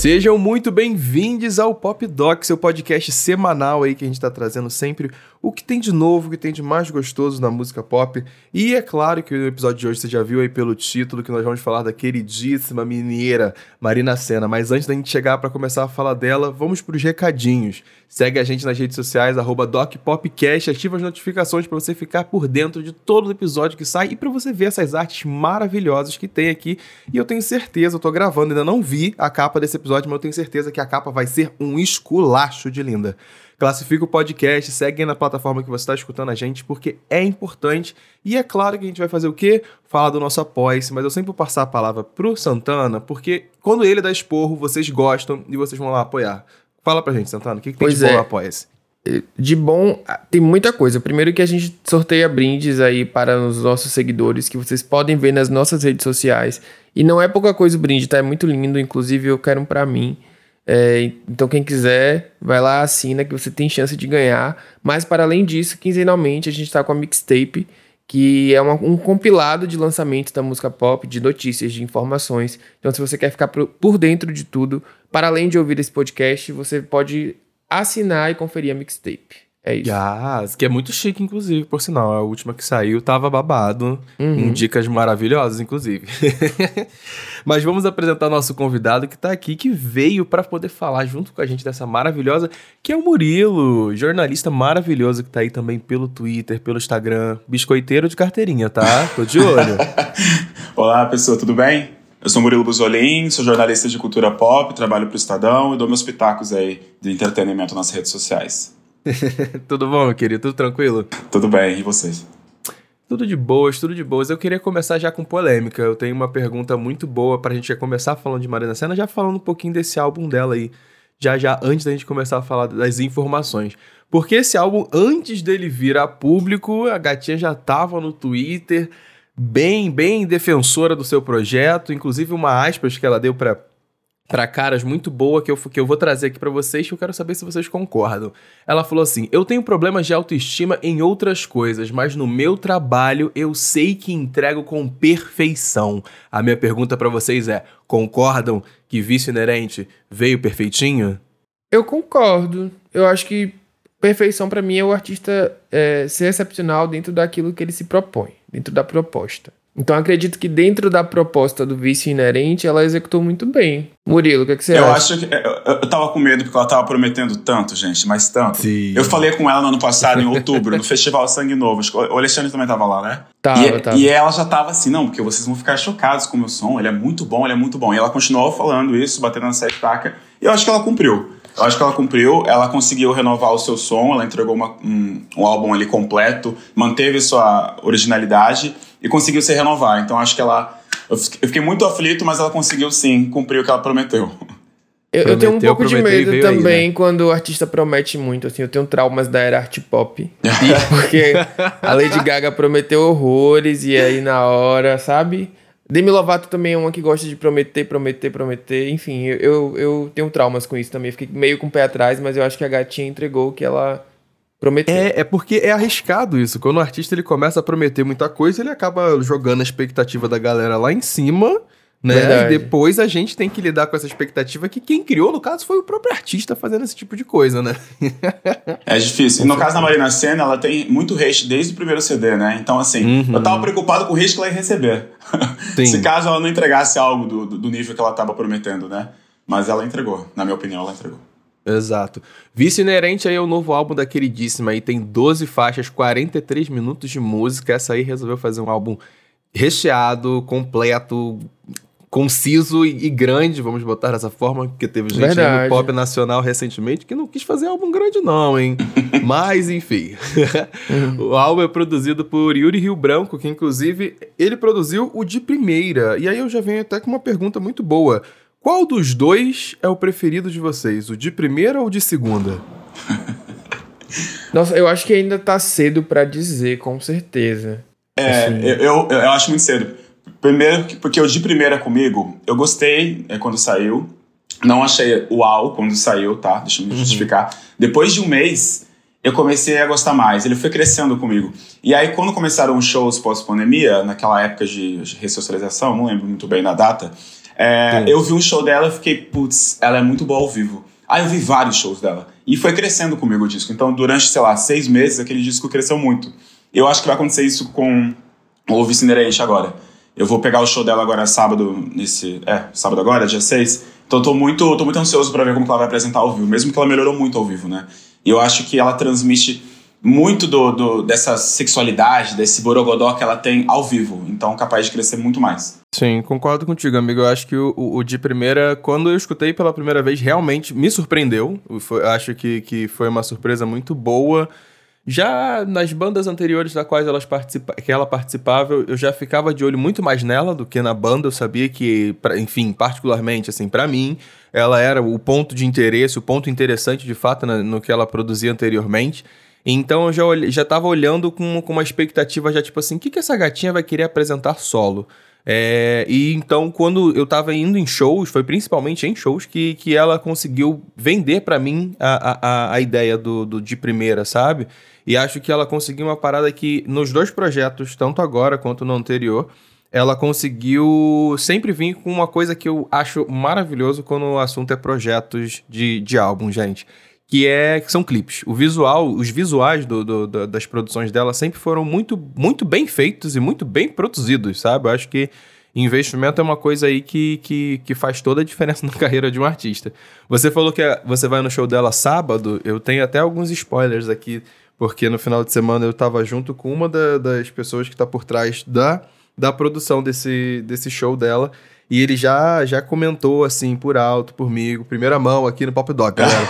Sejam muito bem-vindos ao Pop Doc, seu podcast semanal aí que a gente tá trazendo sempre o que tem de novo, o que tem de mais gostoso na música pop. E é claro que no episódio de hoje você já viu aí pelo título que nós vamos falar da queridíssima mineira Marina Sena. Mas antes da gente chegar para começar a falar dela, vamos pros recadinhos. Segue a gente nas redes sociais, @DocPopcast, ativa as notificações para você ficar por dentro de todo o episódio que sai e para você ver essas artes maravilhosas que tem aqui. E eu tenho certeza, eu tô gravando, ainda não vi a capa desse episódio, mas eu tenho certeza que a capa vai ser um esculacho de linda. Classifica o podcast, segue aí na plataforma que você está escutando a gente, porque é importante. E é claro que a gente vai fazer o quê? Falar do nosso apoia-se, mas eu sempre vou passar a palavra pro Santana, porque quando ele dá esporro, vocês gostam e vocês vão lá apoiar. Fala pra gente, Santana, o que tem de bom no apoia-se? De bom, tem muita coisa. Primeiro que a gente sorteia brindes aí para os nossos seguidores, que vocês podem ver nas nossas redes sociais. E não é pouca coisa o brinde, tá? É muito lindo, inclusive eu quero um pra mim. Então quem quiser, vai lá, assina, que você tem chance de ganhar. Mas para além disso, quinzenalmente a gente tá com a mixtape, que é um compilado de lançamentos da música pop, de notícias, de informações. Então se você quer ficar por dentro de tudo, para além de ouvir esse podcast, você pode assinar e conferir a mixtape. É isso. Que é muito chique, inclusive, por sinal. A última que saiu tava babado. Com dicas maravilhosas, inclusive. Mas vamos apresentar nosso convidado que tá aqui, que veio para poder falar junto com a gente dessa maravilhosa, que é o Murilo, jornalista maravilhoso que tá aí também pelo Twitter, pelo Instagram. Biscoiteiro de carteirinha, tá? Tô de olho. Olá, pessoal, tudo bem? Eu sou Murilo Buzolin, sou jornalista de cultura pop, trabalho pro Estadão e dou meus pitacos aí de entretenimento nas redes sociais. Tudo bom, meu querido? Tudo tranquilo? Tudo bem, e vocês? Tudo de boas, tudo de boas. Eu queria começar já com polêmica. Eu tenho uma pergunta muito boa pra gente já começar falando de Marina Sena, já falando um pouquinho desse álbum dela aí, já antes da gente começar a falar das informações. Porque esse álbum, antes dele vir a público, a gatinha já tava no Twitter, bem defensora do seu projeto, inclusive uma aspas que ela deu pra caras muito boa que eu vou trazer aqui pra vocês, que eu quero saber se vocês concordam. Ela falou assim: eu tenho problemas de autoestima em outras coisas, mas no meu trabalho eu sei que entrego com perfeição. A minha pergunta pra vocês é: concordam que Vício Inerente veio perfeitinho? Eu concordo. Eu acho que perfeição pra mim é o artista ser excepcional dentro daquilo que ele se propõe, dentro da proposta. Então acredito que dentro da proposta do Vício Inerente ela executou muito bem. Murilo, o que você acha? Eu acho que eu tava com medo porque ela tava prometendo tanto, gente, mas tanto. Sim. Eu falei com ela no ano passado, em outubro, no Festival Sangue Novo. Acho que o Alexandre também tava lá, né? Tava. E ela já tava assim, não, porque vocês vão ficar chocados com o meu som, ele é muito bom. E ela continuou falando isso, batendo nessa estaca, e eu acho que ela cumpriu. Ela conseguiu renovar o seu som, ela entregou um álbum ali completo, manteve sua originalidade e conseguiu se renovar. Então acho que eu fiquei muito aflito, mas ela conseguiu sim cumprir o que ela prometeu. Eu tenho um pouco de medo também aí, né? Quando o artista promete muito, assim, eu tenho traumas da era art pop, porque a Lady Gaga prometeu horrores e aí na hora, sabe? Demi Lovato também é uma que gosta de prometer, enfim, eu tenho traumas com isso também, fiquei meio com o pé atrás, mas eu acho que a gatinha entregou o que ela prometeu. É porque é arriscado isso, quando o artista ele começa a prometer muita coisa, ele acaba jogando a expectativa da galera lá em cima, né? Verdade. E depois a gente tem que lidar com essa expectativa que quem criou, no caso, foi o próprio artista fazendo esse tipo de coisa, né? É difícil. E no caso da Marina Sena, ela tem muito hate desde o primeiro CD, né? Então, assim, eu tava preocupado com o hate que ela ia receber. Se caso ela não entregasse algo do nível que ela tava prometendo, né? Mas ela entregou. Na minha opinião, ela entregou. Exato. Vício Inerente aí é o novo álbum da queridíssima aí, tem 12 faixas, 43 minutos de música. Essa aí resolveu fazer um álbum recheado, completo, conciso e grande, vamos botar dessa forma, porque teve gente aí no pop nacional recentemente que não quis fazer álbum grande não, hein? Mas, enfim. O álbum é produzido por Yuri Rio Branco, que inclusive ele produziu o de primeira. E aí eu já venho até com uma pergunta muito boa. Qual dos dois é o preferido de vocês? O de primeira ou o de segunda? Nossa, eu acho que ainda tá cedo pra dizer, com certeza. Assim. Eu acho muito cedo. Primeiro, porque o de primeira comigo, eu gostei quando saiu. Não achei uau quando saiu, tá? Deixa eu me justificar. Depois de um mês, eu comecei a gostar mais. Ele foi crescendo comigo. E aí, quando começaram os shows pós-pandemia, naquela época de ressocialização, não lembro muito bem da data, Eu vi um show dela e fiquei, putz, ela é muito boa ao vivo. Aí eu vi vários shows dela. E foi crescendo comigo o disco. Então, durante, 6 meses, aquele disco cresceu muito. Eu acho que vai acontecer isso com o Vicinderate agora. Eu vou pegar o show dela agora sábado, sábado agora, dia 6. Então, tô muito ansioso pra ver como que ela vai apresentar ao vivo. Mesmo que ela melhorou muito ao vivo, né? E eu acho que ela transmite muito dessa sexualidade, desse borogodó que ela tem ao vivo. Então, capaz de crescer muito mais. Sim, concordo contigo, amigo. Eu acho que o de primeira, quando eu escutei pela primeira vez, realmente me surpreendeu. Acho que foi uma surpresa muito boa. Já nas bandas anteriores das quais que ela participava, eu já ficava de olho muito mais nela do que na banda. Eu sabia que, enfim, particularmente, assim, pra mim, ela era o ponto de interesse, o ponto interessante, de fato, no que ela produzia anteriormente. Então eu já tava olhando com uma expectativa já, tipo assim, o que essa gatinha vai querer apresentar solo? E então, quando eu tava indo em shows, foi principalmente em shows que ela conseguiu vender pra mim a ideia do de primeira, sabe? E acho que ela conseguiu uma parada que, nos 2 projetos, tanto agora quanto no anterior, ela conseguiu sempre vir com uma coisa que eu acho maravilhoso quando o assunto é projetos de álbum, gente. Que são clipes. Os visuais das produções dela sempre foram muito, muito bem feitos e muito bem produzidos, sabe? Eu acho que investimento é uma coisa aí que faz toda a diferença na carreira de um artista. Você falou que você vai no show dela sábado, eu tenho até alguns spoilers aqui, porque no final de semana eu tava junto com uma das pessoas que tá por trás da produção desse show dela. E ele já comentou, assim, por alto, primeira mão aqui no Pop Doc, galera.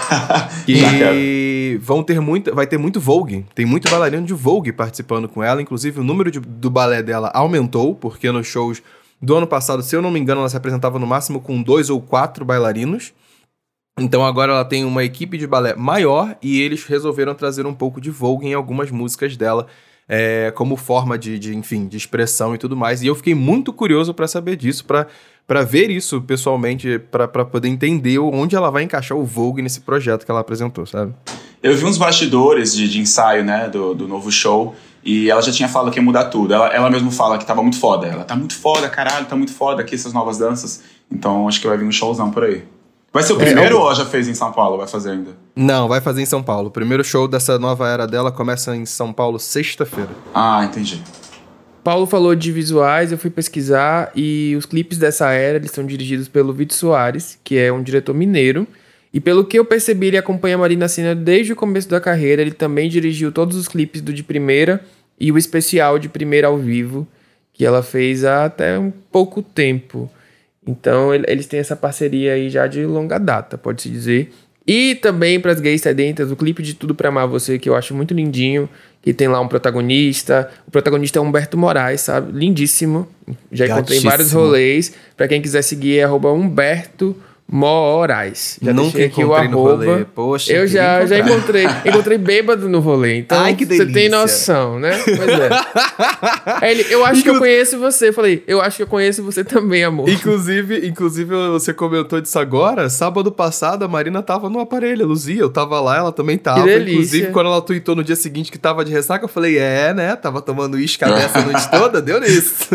E vai ter muito Vogue. Tem muito bailarino de Vogue participando com ela. Inclusive, o número do balé dela aumentou, porque nos shows do ano passado, se eu não me engano, ela se apresentava no máximo com 2 ou 4 bailarinos. Então agora ela tem uma equipe de balé maior e eles resolveram trazer um pouco de Vogue em algumas músicas dela. Como forma de expressão e tudo mais. E eu fiquei muito curioso pra saber disso, pra ver isso pessoalmente, pra poder entender onde ela vai encaixar o Vogue nesse projeto que ela apresentou, sabe? Eu vi uns bastidores de ensaio, né, do novo show, e ela já tinha falado que ia mudar tudo. Ela mesma fala que tava muito foda. Ela tá muito foda, caralho, tá muito foda aqui essas novas danças. Então acho que vai vir um showzão por aí. Vai ser o primeiro ou já fez em São Paulo? Vai fazer ainda? Não, vai fazer em São Paulo. O primeiro show dessa nova era dela começa em São Paulo sexta-feira. Ah, entendi. Paulo falou de visuais, eu fui pesquisar e os clipes dessa era, eles são dirigidos pelo Vitor Soares, que é um diretor mineiro. E pelo que eu percebi, ele acompanha a Marina Sena desde o começo da carreira. Ele também dirigiu todos os clipes do De Primeira e o especial De Primeira ao vivo, que ela fez há até um pouco tempo. Então, eles têm essa parceria aí já de longa data, pode-se dizer. E também para as gays sedentas, o clipe de Tudo Pra Amar Você, que eu acho muito lindinho, que tem lá um protagonista. O protagonista é Humberto Moraes, sabe? Lindíssimo. Já encontrei em vários rolês. Para quem quiser seguir, é @Humberto Moraes. Já nunca deixei aqui o encontrei no rolê. Poxa, eu já encontrei. Encontrei bêbado no rolê. Então, ai, que delícia. Você tem noção, né? Pois é. Aí ele, eu acho que eu conheço você. Eu falei, eu acho que eu conheço você também, amor. Inclusive, você comentou disso agora. Sábado passado, a Marina tava no aparelho, a Luzia. Eu tava lá, ela também tava. Que delícia. Inclusive, quando ela tweetou no dia seguinte que tava de ressaca, eu falei, né? Tava tomando uísque dessa noite toda, deu nisso.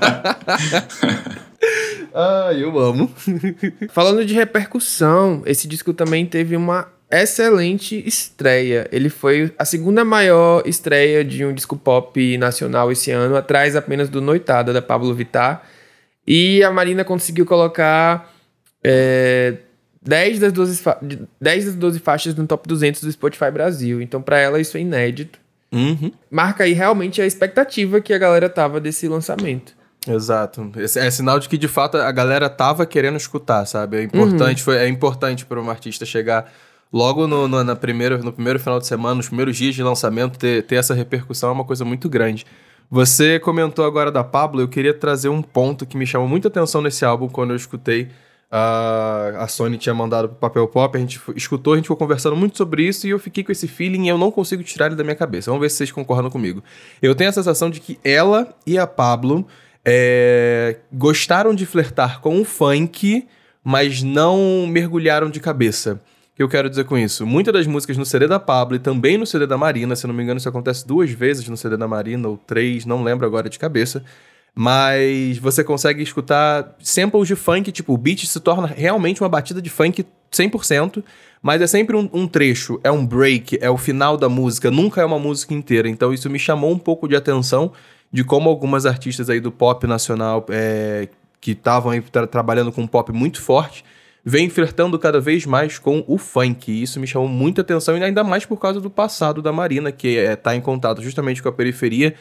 Eu amo. Falando de repercussão, esse disco também teve uma excelente estreia. Ele foi a segunda maior estreia de um disco pop nacional esse ano, atrás apenas do Noitada, da Pablo Vittar. E a Marina conseguiu colocar 10 das 12 faixas no top 200 do Spotify Brasil. Então, pra ela, isso é inédito. Uhum. Marca aí realmente a expectativa que a galera tava desse lançamento. Exato. É sinal de que, de fato, a galera tava querendo escutar, sabe? É importante para um artista chegar logo no primeiro final de semana, nos primeiros dias de lançamento, ter essa repercussão é uma coisa muito grande. Você comentou agora da Pablo, eu queria trazer um ponto que me chamou muita atenção nesse álbum quando eu escutei. A Sony tinha mandado pro Papel Pop, a gente escutou, a gente ficou conversando muito sobre isso e eu fiquei com esse feeling e eu não consigo tirar ele da minha cabeça. Vamos ver se vocês concordam comigo. Eu tenho a sensação de que ela e a Pablo gostaram de flertar com o funk, mas não mergulharam de cabeça. O que eu quero dizer com isso? Muitas das músicas no CD da Pablo e também no CD da Marina, se não me engano isso acontece 2 vezes no CD da Marina ou 3, não lembro agora de cabeça, mas você consegue escutar samples de funk, tipo, o beat se torna realmente uma batida de funk 100%, mas é sempre um trecho, é um break, é o final da música, nunca é uma música inteira. Então isso me chamou um pouco de atenção de como algumas artistas aí do pop nacional que estavam aí trabalhando com um pop muito forte, vem flertando cada vez mais com o funk. E isso me chamou muita atenção, e ainda mais por causa do passado da Marina, que tá em contato justamente com a periferia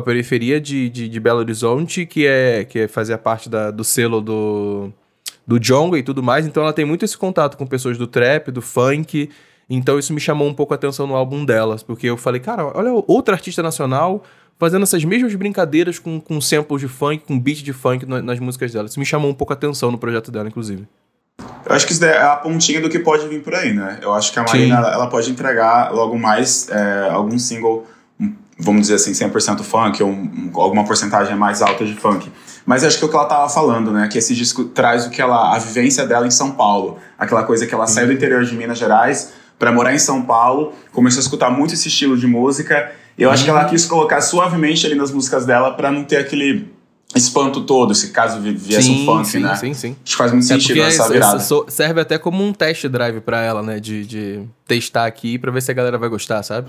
de Belo Horizonte, que fazia parte do selo do Djonga e tudo mais. Então ela tem muito esse contato com pessoas do trap, do funk. Então isso me chamou um pouco a atenção no álbum delas, porque eu falei, cara, olha outra artista nacional fazendo essas mesmas brincadeiras com samples de funk, com beat de funk nas músicas dela. Isso me chamou um pouco a atenção no projeto dela, inclusive. Eu acho que isso é a pontinha do que pode vir por aí, né? Eu acho que a Marina, ela pode entregar logo mais algum single, vamos dizer assim, 100% funk, ou alguma porcentagem mais alta de funk. Mas acho que é o que ela tava falando, né? Que esse disco traz a vivência dela em São Paulo. Aquela coisa que ela saiu do interior de Minas Gerais para morar em São Paulo, começou a escutar muito esse estilo de música. E eu acho que ela quis colocar suavemente ali nas músicas dela para não ter aquele espanto todo, se caso viesse um funk, né? Sim. Acho que faz muito sentido essa virada. Serve até como um test drive pra ela, né? De testar aqui pra ver se a galera vai gostar, sabe?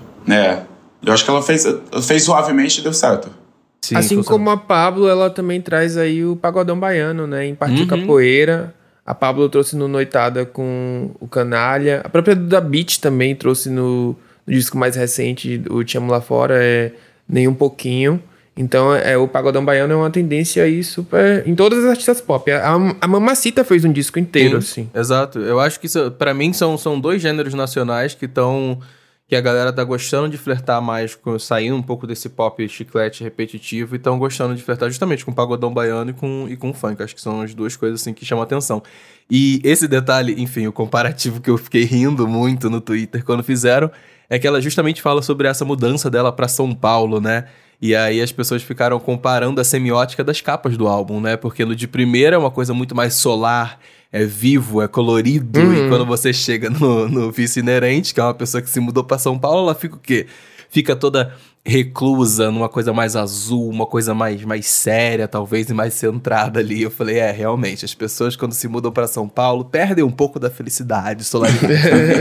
Eu acho que ela fez suavemente e deu certo. Sim, assim como a Pablo, ela também traz aí o pagodão baiano, né? Em Partiu Capoeira. A Pablo trouxe no Noitada com o Canalha. A própria Duda Beat também trouxe no disco mais recente, o Te Amo Lá Fora, Nem Um Pouquinho. Então, o pagodão baiano é uma tendência aí super... em todas as artistas pop. A Mamacita fez um disco inteiro, assim. Exato. Eu acho que isso, pra mim, são dois gêneros nacionais que a galera tá gostando de flertar mais, saindo um pouco desse pop chiclete repetitivo, e estão gostando de flertar justamente com o pagodão baiano e com o funk. Acho que são as duas coisas assim que chamam atenção. E esse detalhe, enfim, o comparativo que eu fiquei rindo muito no Twitter quando fizeram, é que ela justamente fala sobre essa mudança dela pra São Paulo, né? E aí as pessoas ficaram comparando a semiótica das capas do álbum, né? Porque no de primeira é uma coisa muito mais solar, é vivo, é colorido. E quando você chega no Vício Inerente, que é uma pessoa que se mudou pra São Paulo, ela fica o quê? Fica toda reclusa, numa coisa mais azul, uma coisa mais séria, talvez, e mais centrada ali. Eu falei, realmente, as pessoas quando se mudam pra São Paulo perdem um pouco da felicidade, solaridade.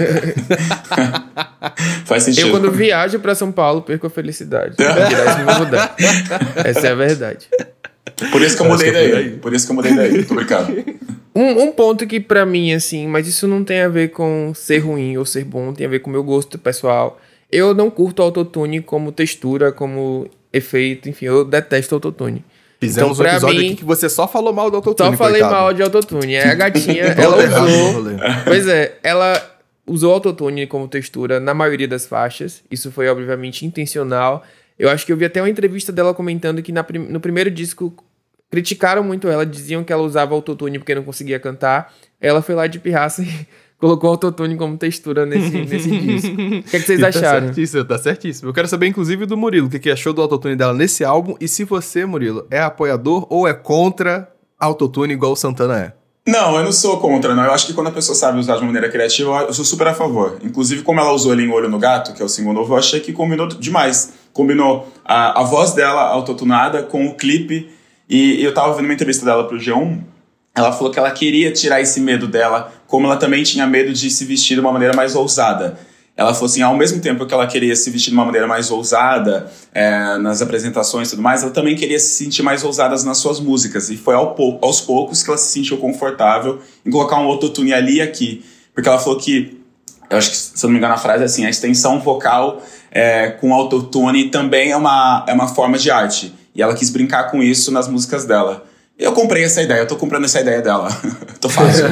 Faz sentido. Eu, quando viajo pra São Paulo, perco a felicidade. Me mudar. Essa é a verdade. Por isso que eu mudei daí. Tô brincando. Um ponto que pra mim, assim, mas isso não tem a ver com ser ruim ou ser bom, tem a ver com o meu gosto pessoal. Eu não curto autotune como textura, como efeito, enfim, eu detesto autotune. Fizemos um episódio aqui que você só falou mal do autotune, Só falei mal de autotune. A gatinha, ela usou... Pois é, ela usou autotune como textura na maioria das faixas. Isso foi, obviamente, intencional. Eu acho que eu vi até uma entrevista dela comentando que no primeiro disco criticaram muito ela, diziam que ela usava autotune porque não conseguia cantar. Ela foi lá de pirraça e colocou autotune como textura nesse disco. O que vocês acharam? Tá certíssimo. Eu quero saber, inclusive, do Murilo, o que achou do autotune dela nesse álbum, e se você, Murilo, é apoiador ou é contra autotune igual o Santana é? Não, eu não sou contra, não. Eu acho que quando a pessoa sabe usar de maneira criativa, eu sou super a favor. Inclusive, como ela usou ali em Olho no Gato, que é o single novo, eu achei que combinou demais. Combinou a voz dela autotunada com o clipe. E eu tava vendo uma entrevista dela pro G1, ela falou que ela queria tirar esse medo dela, como ela também tinha medo de se vestir de uma maneira mais ousada. Ela falou assim, ao mesmo tempo que ela queria se vestir de uma maneira mais ousada nas apresentações e tudo mais, ela também queria se sentir mais ousada nas suas músicas. E foi aos poucos que ela se sentiu confortável em colocar um autotune ali e aqui. Porque ela falou que, eu acho que, se eu não me engano a frase é assim, a extensão vocal com autotune também é uma forma de arte. E ela quis brincar com isso nas músicas dela. Eu comprei essa ideia, eu tô comprando essa ideia dela. Tô fácil.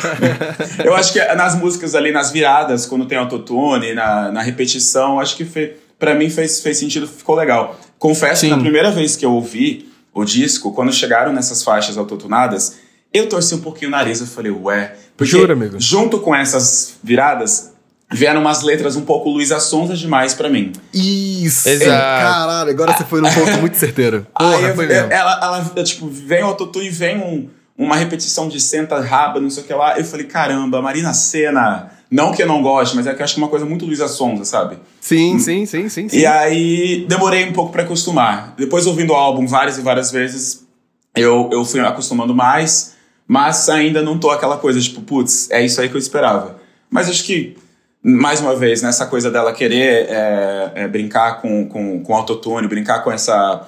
Eu acho que nas músicas ali, nas viradas, quando tem autotune, na repetição, acho que pra mim fez sentido, ficou legal. Confesso que na primeira vez que eu ouvi o disco, quando chegaram nessas faixas autotunadas, eu torci um pouquinho o nariz, eu falei, ué. Porque jura, amigo? Junto com essas viradas, vieram umas letras um pouco Luísa Sonza demais pra mim. Isso! Exato. Caralho, agora você foi num ponto muito certeiro. Porra, foi mesmo. Ela, tipo, vem o autotune e vem uma repetição de senta, raba, não sei o que lá. Eu falei, caramba, Marina Sena. Não que eu não goste, mas é que eu acho que é uma coisa muito Luísa Sonza, sabe? Sim. E aí, demorei um pouco pra acostumar. Depois, ouvindo o álbum várias e várias vezes, eu fui acostumando mais, mas ainda não tô aquela coisa, tipo, putz, é isso aí que eu esperava. Mas acho que, mais uma vez, nessa coisa dela querer brincar com autotune, brincar com essa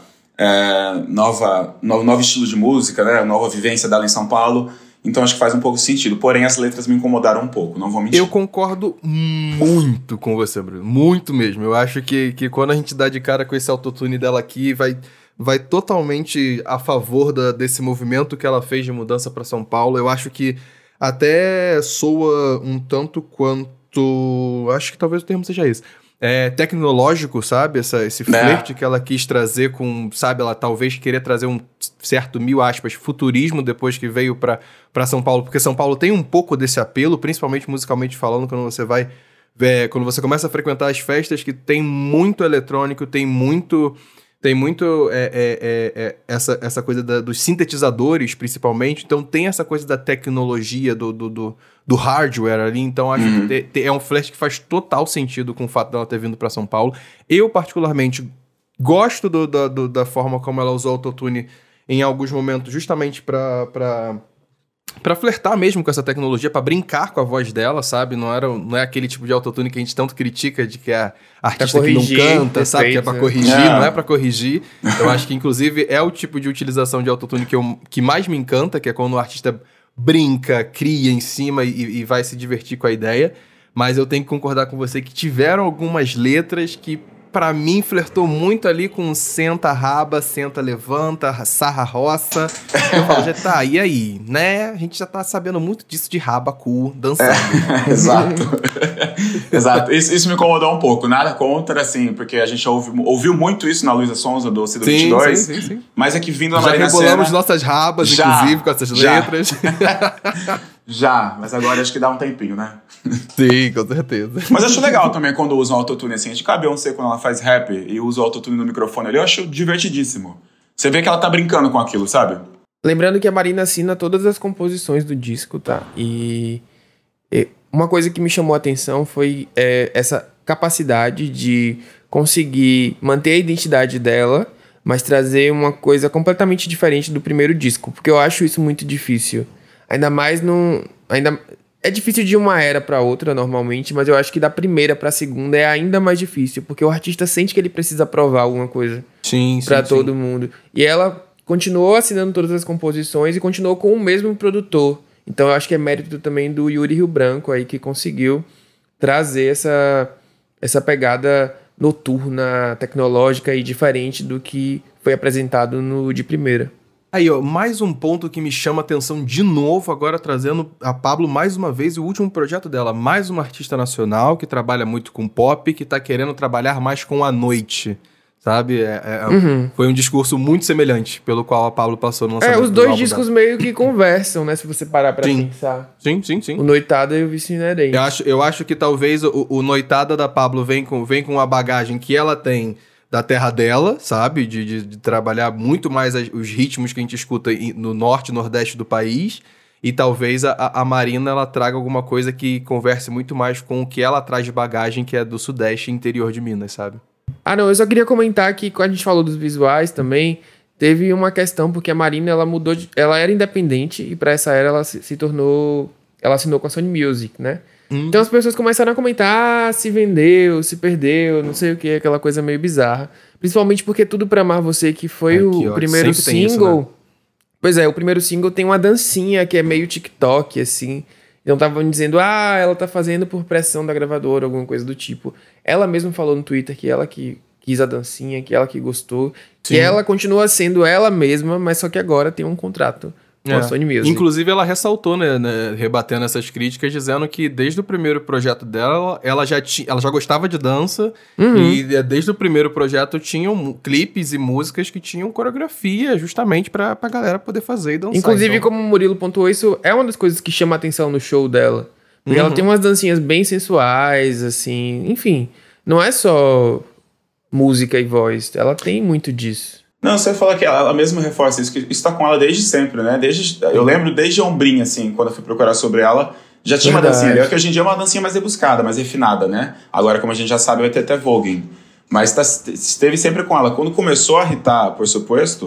novo estilo de música, né, nova vivência dela em São Paulo, então acho que faz um pouco sentido. Porém, as letras me incomodaram um pouco, não vou mentir. Eu concordo muito com você, Bruno. Muito mesmo. Eu acho que quando a gente dá de cara com esse autotune dela aqui, vai totalmente a favor desse movimento que ela fez de mudança para São Paulo. Eu acho que até soa um tanto quanto... Acho que talvez o termo seja esse. Tecnológico, sabe? Esse flerte que ela quis trazer com... Sabe, ela talvez queria trazer um certo, mil aspas, futurismo depois que veio para São Paulo. Porque São Paulo tem um pouco desse apelo, principalmente musicalmente falando, quando você vai... Quando você começa a frequentar as festas que tem muito eletrônico, tem muito essa coisa dos sintetizadores, principalmente. Então tem essa coisa da tecnologia, do hardware ali. Então acho que é um flash que faz total sentido com o fato dela ter vindo para São Paulo. Eu, particularmente, gosto da forma como ela usou o autotune em alguns momentos, justamente para flertar mesmo com essa tecnologia, para brincar com a voz dela, sabe? Não é aquele tipo de autotune que a gente tanto critica, de que é artista que não canta, sabe? Que é pra corrigir, não é pra corrigir. Eu acho que, inclusive, é o tipo de utilização de autotune que mais me encanta, que é quando o artista brinca, cria em cima e vai se divertir com a ideia. Mas eu tenho que concordar com você que tiveram algumas letras que, pra mim, flertou muito ali com senta, raba, senta, levanta, sarra, roça. Eu falo, já tá, e aí? Né? A gente já tá sabendo muito disso de raba, cu, dançando. Exato. Isso me incomodou um pouco. Nada contra, assim, porque a gente ouviu muito isso na Luísa Sonza do Cido 22. Sim. Mas é que vindo a Marina Sena... Já rebolamos nossas rabas, inclusive, com essas letras. Já, mas agora acho que dá um tempinho, né? Sim, com certeza. Mas acho legal também quando usam autotune assim. A gente cabe Beyoncé quando ela faz rap e usa o autotune no microfone ali. Eu acho divertidíssimo. Você vê que ela tá brincando com aquilo, sabe? Lembrando que a Marina assina todas as composições do disco, tá? E uma coisa que me chamou a atenção foi essa capacidade de conseguir manter a identidade dela, mas trazer uma coisa completamente diferente do primeiro disco. Porque eu acho isso muito difícil. Ainda mais é difícil de uma era pra outra, normalmente, mas eu acho que da primeira pra segunda é ainda mais difícil, porque o artista sente que ele precisa provar alguma coisa pra todo mundo. E ela continuou assinando todas as composições e continuou com o mesmo produtor. Então eu acho que é mérito também do Yuri Rio Branco aí, que conseguiu trazer essa pegada noturna, tecnológica e diferente do que foi apresentado no de primeira. Aí, ó, mais um ponto que me chama a atenção de novo, agora trazendo a Pabllo mais uma vez, o último projeto dela, mais uma artista nacional que trabalha muito com pop, que tá querendo trabalhar mais com a noite, sabe? Foi um discurso muito semelhante pelo qual a Pabllo passou no lançamento. Os dois discos meio que conversam, né? Se você parar pra pensar. Sim. O Noitada e o Vício Inerente. Eu acho que talvez o Noitada da Pabllo vem com a bagagem que ela tem da terra dela, sabe? De trabalhar muito mais os ritmos que a gente escuta no norte e nordeste do país. E talvez a Marina, ela traga alguma coisa que converse muito mais com o que ela traz de bagagem, que é do sudeste e interior de Minas, sabe? Não, eu só queria comentar que quando a gente falou dos visuais também, teve uma questão, porque a Marina, ela mudou, ela era independente e pra essa era ela se tornou, ela assinou com a Sony Music, né? Então as pessoas começaram a comentar, se vendeu, se perdeu, não sei o que, aquela coisa meio bizarra. Principalmente porque Tudo Pra Amar Você, que foi o primeiro single... Isso, né? Pois é, o primeiro single tem uma dancinha que é meio TikTok, assim. Então estavam dizendo, ela tá fazendo por pressão da gravadora, alguma coisa do tipo. Ela mesma falou no Twitter que ela que quis a dancinha, que ela que gostou. Sim. Que ela continua sendo ela mesma, mas só que agora tem um contrato com a Sony Music. Inclusive ela ressaltou, né, rebatendo essas críticas, dizendo que desde o primeiro projeto dela, ela já gostava de dança, e desde o primeiro projeto tinham clipes e músicas que tinham coreografia justamente pra galera poder fazer e dançar. Inclusive, como o Murilo pontuou, isso é uma das coisas que chama a atenção no show dela. Porque ela tem umas dancinhas bem sensuais, assim, enfim, não é só música e voz, ela tem muito disso. Não, você fala que ela mesma reforça isso, que isso tá com ela desde sempre, né? Eu lembro desde Ombrinha, assim, quando eu fui procurar sobre ela, já tinha uma dancinha ali. É que hoje em dia é uma dancinha mais rebuscada, mais refinada, né? Agora, como a gente já sabe, vai ter até voguing. Mas esteve sempre com ela. Quando começou a hitar, por suposto,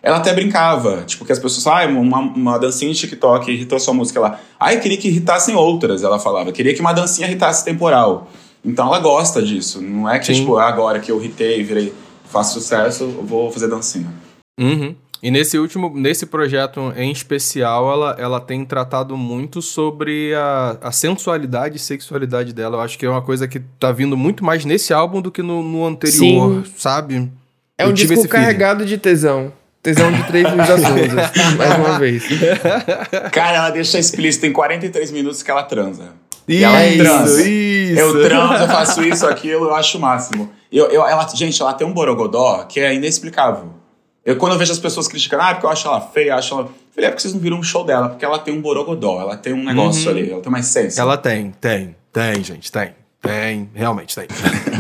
ela até brincava, tipo, que as pessoas falavam, uma dancinha de TikTok irritou a sua música lá. Eu queria que irritassem outras, ela falava. Queria que uma dancinha irritasse temporal. Então ela gosta disso. Não é que, tipo, agora que eu irritei, virei, faço sucesso, eu vou fazer dancinha. Uhum. E nesse projeto em especial, ela tem tratado muito sobre a sensualidade e sexualidade dela. Eu acho que é uma coisa que tá vindo muito mais nesse álbum do que no anterior, sabe? É um disco carregado de tesão. Tesão de 3 Luiz Sonza, mais uma vez. Cara, ela deixa explícito em 43 minutos que ela transa. Isso, ela transa. Isso. Eu transo, eu faço isso, aquilo, eu acho o máximo. Gente, ela tem um borogodó que é inexplicável. Quando eu vejo as pessoas criticando, porque eu acho ela feia, Eu falei, porque vocês não viram um show dela, porque ela tem um borogodó, ela tem um negócio ali, ela tem uma essência. Ela tem, gente, tem, realmente tem.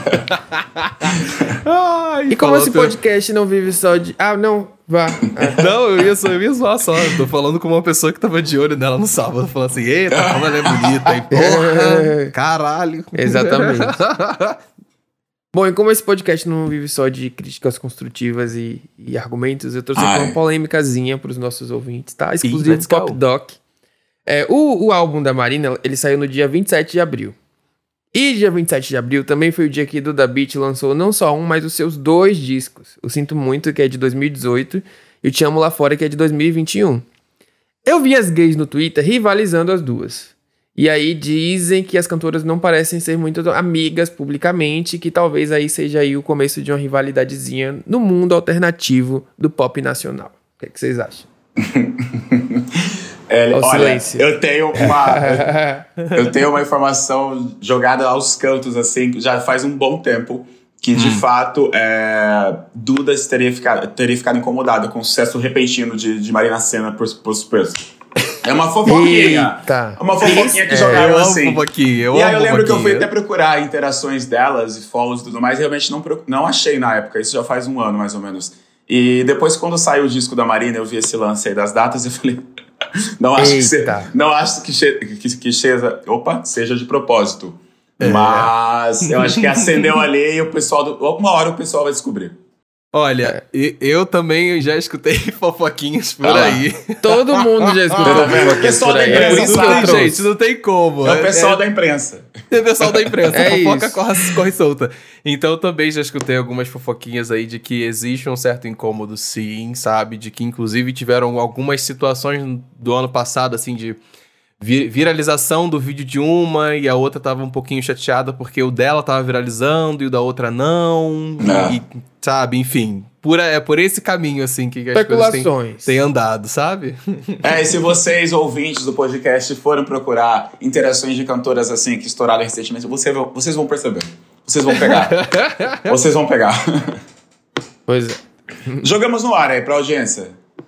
E como esse podcast não vive só de... não, vá. Não, eu ia zoar só. Eu tô falando com uma pessoa que tava de olho nela no sábado, falando assim, eita, como ela é bonita, hein? Porra, caralho. Exatamente. Bom, e como esse podcast não vive só de críticas construtivas e argumentos, eu trouxe aqui uma polêmicazinha pros nossos ouvintes, tá? Exclusivo do Pop Doc. O álbum da Marina, ele saiu no dia 27 de abril. E dia 27 de abril também foi o dia que Duda Beat lançou não só um, mas os seus 2 discos. Eu Sinto Muito, que é de 2018, e o Te Amo Lá Fora, que é de 2021. Eu vi as gays no Twitter rivalizando as duas. E aí dizem que as cantoras não parecem ser muito amigas publicamente, que talvez aí seja aí o começo de uma rivalidadezinha no mundo alternativo do pop nacional. O que vocês acham? Olha, eu tenho uma informação jogada aos cantos, assim, já faz um bom tempo, que de fato Duda teria ficado incomodada com o sucesso repentino de Marina Sena por Sucesso. É uma fofoquinha. Eita. É uma fofoquinha que jogaram assim. Eu lembro que eu fui até procurar interações delas e follows e tudo mais, e realmente não achei na época. Isso já faz um ano, mais ou menos. E depois, quando saiu o disco da Marina, eu vi esse lance aí das datas e eu falei... Não acho que seja de propósito. Mas eu acho que acendeu ali e uma hora o pessoal vai descobrir. Olha, eu também já escutei fofoquinhas por aí. Todo mundo já escutou fofoquinhas por aí. É por isso que eu gente, não tem como. É o pessoal da imprensa. É o pessoal da imprensa. É Fofoca isso. corre solta. Então eu também já escutei algumas fofoquinhas aí de que existe um certo incômodo, sim, sabe? De que inclusive tiveram algumas situações do ano passado, assim, de viralização do vídeo de uma e a outra tava um pouquinho chateada porque o dela tava viralizando e o da outra não. E, sabe, enfim. É por esse caminho, assim, que as coisas têm andado, sabe? E se vocês, ouvintes do podcast, forem procurar interações de cantoras, assim, que estouraram recentemente, vocês vão perceber. Vocês vão pegar. Vocês vão pegar. Pois é. Jogamos no ar aí pra audiência.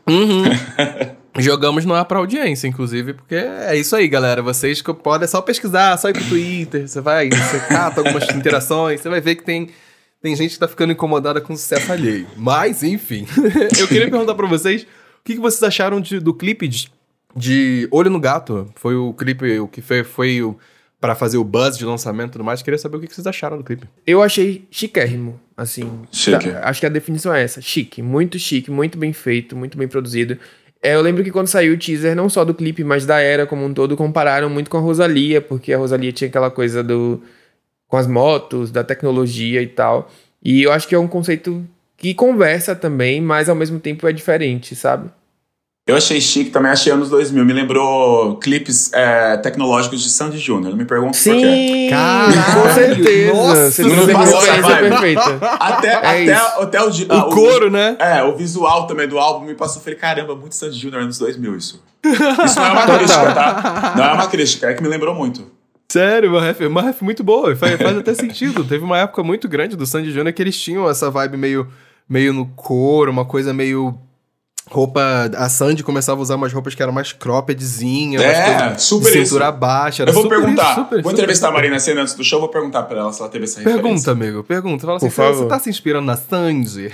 Jogamos no ar pra audiência, inclusive, porque é isso aí, galera. Vocês podem só pesquisar, só ir pro Twitter, você cata algumas interações, você vai ver que tem gente que tá ficando incomodada com o sucesso alheio. Mas, enfim. Eu queria perguntar pra vocês, o que vocês acharam do clipe de Olho no Gato? Foi o clipe que foi pra fazer o buzz de lançamento e tudo mais. Queria saber o que vocês acharam do clipe. Eu achei chiquérrimo, assim. Chique. Acho que a definição é essa. Chique, muito bem feito, muito bem produzido. Eu lembro que quando saiu o teaser, não só do clipe, mas da era como um todo, compararam muito com a Rosalía, porque a Rosalía tinha aquela coisa com as motos, da tecnologia e tal. E eu acho que é um conceito que conversa também, mas ao mesmo tempo é diferente, sabe? Eu achei chique, também achei anos 2000. Me lembrou clipes tecnológicos de Sandy Júnior. Não me pergunto por quê. Sim, caralho, com certeza. nossa, Você não tem experiência perfeita. Até o coro, né? O visual também do álbum me passou. Falei, caramba, muito Sandy Júnior anos 2000 isso. Isso não é uma crítica, tá? Não é uma crítica, é que me lembrou muito. Sério, uma ref muito boa. Faz até sentido. Teve uma época muito grande do Sandy Júnior que eles tinham essa vibe meio no couro, uma coisa meio... roupa... A Sandy começava a usar umas roupas que eram mais croppedzinha, super de cintura baixa. Eu vou perguntar. Vou entrevistar a Marina Sena antes do show, vou perguntar pra ela se ela teve essa referência. Pergunta, amigo. Fala assim, você tá se inspirando na Sandy?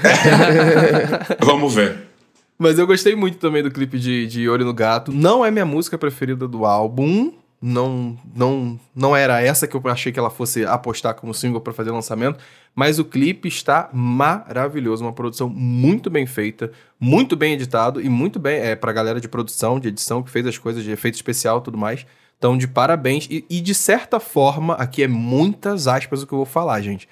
Vamos ver. Mas eu gostei muito também do clipe de Olho no Gato. Não é minha música preferida do álbum, não era essa que eu achei que ela fosse apostar como single pra fazer lançamento, mas o clipe está maravilhoso, uma produção muito bem feita, muito bem editado e muito bem, pra galera de produção, de edição, que fez as coisas de efeito especial e tudo mais. Então, de parabéns. E de certa forma, aqui é muitas aspas o que eu vou falar, gente.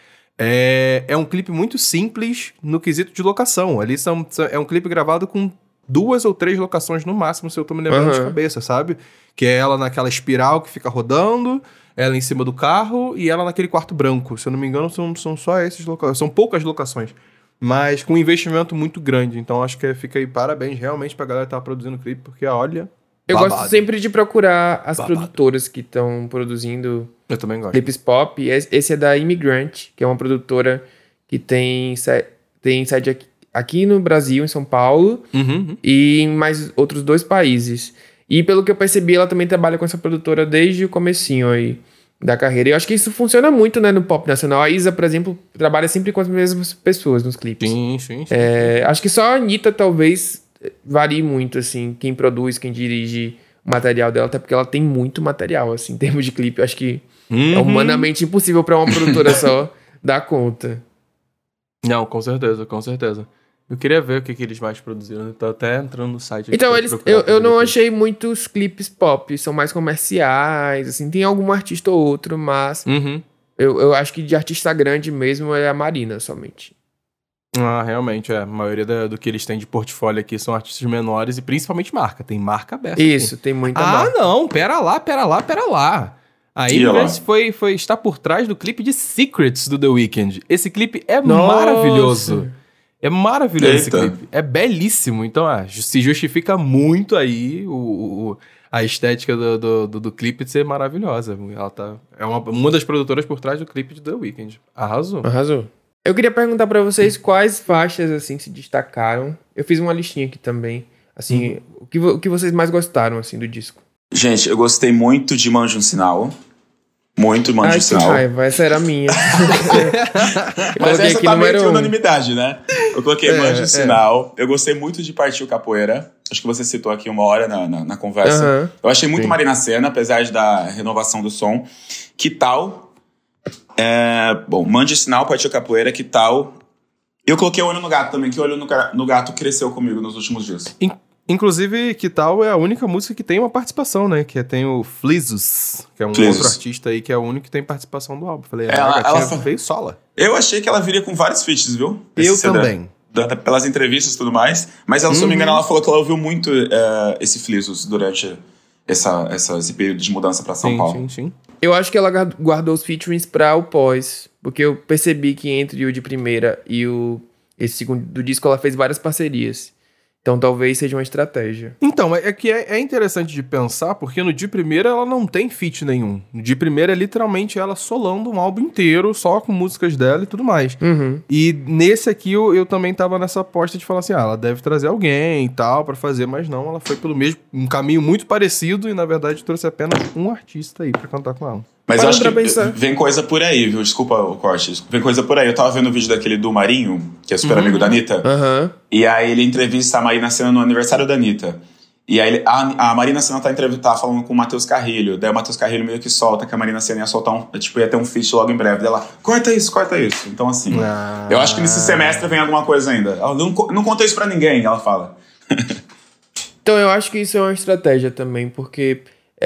É um clipe muito simples no quesito de locação. Ali é um clipe gravado com 2 ou 3 locações no máximo, se eu tô me lembrando de cabeça, sabe? Que é ela naquela espiral que fica rodando, ela em cima do carro e ela naquele quarto branco. Se eu não me engano, são só esses locações. São poucas locações, mas com um investimento muito grande. Então, acho que fica aí parabéns realmente pra galera que tá produzindo o clipe, porque olha... Eu babado. gosto sempre de procurar as produtoras que estão produzindo Eu também gosto. clipes pop. Esse é da Immigrant, que é uma produtora que tem sede aqui no Brasil, em São Paulo, e em mais outros 2 países. E pelo que eu percebi, ela também trabalha com essa produtora desde o comecinho aí da carreira. E eu acho que isso funciona muito, né, no pop nacional. A Isa, por exemplo, trabalha sempre com as mesmas pessoas nos clipes. Sim. Acho que só a Anitta talvez varie muito, assim, quem produz, quem dirige o material dela, até porque ela tem muito material, assim, em termos de clipe. Eu acho que é humanamente impossível pra uma produtora só dar conta. Não, com certeza. Eu queria ver o que eles mais produziram. Eu tô até entrando no site. Então, eu não achei muitos clipes pop, são mais comerciais, assim, tem algum artista ou outro, mas eu acho que de artista grande mesmo é a Marina, somente. Ah, realmente, a maioria do que eles têm de portfólio aqui são artistas menores e principalmente marca. Tem marca aberta. Isso, aqui. tem muita marca. Ah, não, pera lá. A Immigrant está por trás do clipe de Secrets do The Weeknd. Esse clipe é maravilhoso. É maravilhoso esse clipe. É belíssimo. Então, se justifica muito aí a estética do clipe de ser maravilhosa. Ela é uma das produtoras por trás do clipe de The Weeknd. Arrasou. Eu queria perguntar pra vocês quais faixas, assim, se destacaram. Eu fiz uma listinha aqui também. Assim, o que vocês mais gostaram, assim, do disco? Gente, eu gostei muito de Mande um Sinal. Muito Mande um Sinal. Raiva, essa era a minha. Mas essa tá meio que unanimidade, né? Eu coloquei Mande um Sinal. Eu gostei muito de Partiu Capoeira. Acho que você citou aqui uma hora na conversa. Eu achei muito Marina Sena, apesar da renovação do som. Que tal... bom, Mande Sinal, Partiu Capoeira, que tal? Eu coloquei O Olho no Gato também, que O Olho no Gato cresceu comigo nos últimos dias. Inclusive, Que Tal é a única música que tem uma participação, né? Que tem o Flizus, que é um outro artista aí que é o único que tem participação do álbum. Falei, ela veio sola. Eu achei que ela viria com vários feats, viu? Eu também. Pelas entrevistas e tudo mais. Mas, se não me engano, ela falou que ela ouviu muito esse Flizus durante esse período de mudança pra São Paulo. Sim. Eu acho que ela guardou os featurings pra o pós, porque eu percebi que entre o de primeira e esse segundo do disco ela fez várias parcerias. Então talvez seja uma estratégia. Então, é que é interessante de pensar, porque no de primeira ela não tem feat nenhum. No de primeira é literalmente ela solando um álbum inteiro, só com músicas dela e tudo mais. E nesse aqui eu também tava nessa aposta de falar assim, ela deve trazer alguém e tal pra fazer, mas não, ela foi pelo mesmo, um caminho muito parecido e na verdade trouxe apenas um artista aí pra cantar com ela. Mas eu acho que vem coisa por aí, viu? Desculpa o corte. Vem coisa por aí. Eu tava vendo o vídeo daquele do Marinho, que é super amigo da Anitta. E aí ele entrevista a Marina Sena no aniversário da Anitta. E aí a Marina Sena tá falando com o Matheus Carrilho. Daí o Matheus Carrilho meio que solta que a Marina Sena ia soltar ia ter um feat logo em breve. Daí ela, corta isso. Então assim, eu acho que nesse semestre vem alguma coisa ainda. Ela não contei isso pra ninguém, ela fala. Então eu acho que isso é uma estratégia também, porque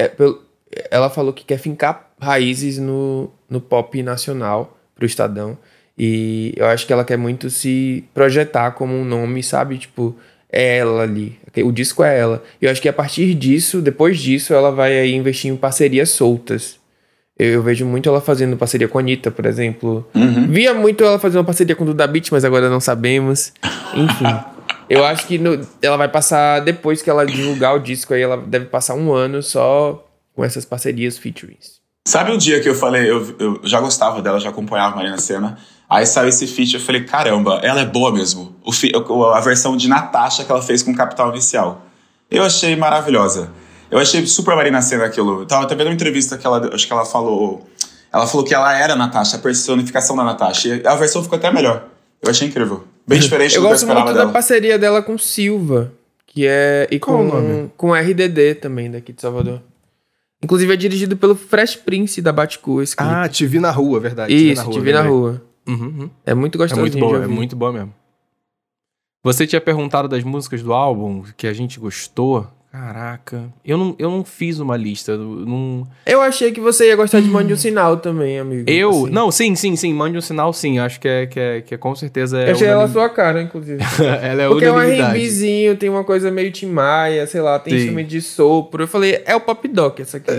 ela falou que quer fincar raízes no pop nacional pro Estadão. E eu acho que ela quer muito se projetar como um nome, sabe? Tipo, é ela ali. O disco é ela. E eu acho que a partir disso, depois disso, ela vai aí investir em parcerias soltas. Eu vejo muito ela fazendo parceria com a Anitta, por exemplo. Via muito ela fazendo uma parceria com o Duda Beat, mas agora não sabemos. Enfim. Eu acho que ela vai passar, depois que ela divulgar o disco aí, ela deve passar 1 ano só com essas parcerias featurings. Sabe um dia que eu falei, eu já gostava dela, já acompanhava a Marina Sena, aí saiu esse feat, eu falei, caramba, ela é boa mesmo. A versão de Natasha que ela fez com Capital Inicial. Eu achei maravilhosa. Eu achei super Marina Sena aquilo. Eu tava até vendo uma entrevista que acho que ela falou que ela era a Natasha, a personificação da Natasha. E a versão ficou até melhor. Eu achei incrível. Bem diferente do que eu esperava dela. Eu gosto muito da parceria dela com Silva, que é... E com RDD também, daqui de Salvador. Inclusive é dirigido pelo Fresh Prince da Batcool. Esse clipe. Ah, Te Vi na Rua, verdade. Isso, Te Vi na Rua. Uhum. É muito gostoso. É muito bom mesmo. Você tinha perguntado das músicas do álbum que a gente gostou. Caraca, eu não fiz uma lista. Eu achei que você ia gostar de Mande um Sinal também, amigo. Eu? Assim. Não, sim, Mande um Sinal, sim. Acho que é com certeza... Eu achei ela a sua cara, inclusive. Ela é porque unanimidade. É um R&Bzinho, tem uma coisa meio Tim Maia, sei lá, tem instrumento de sopro. Eu falei, é o Pop Doc essa aqui.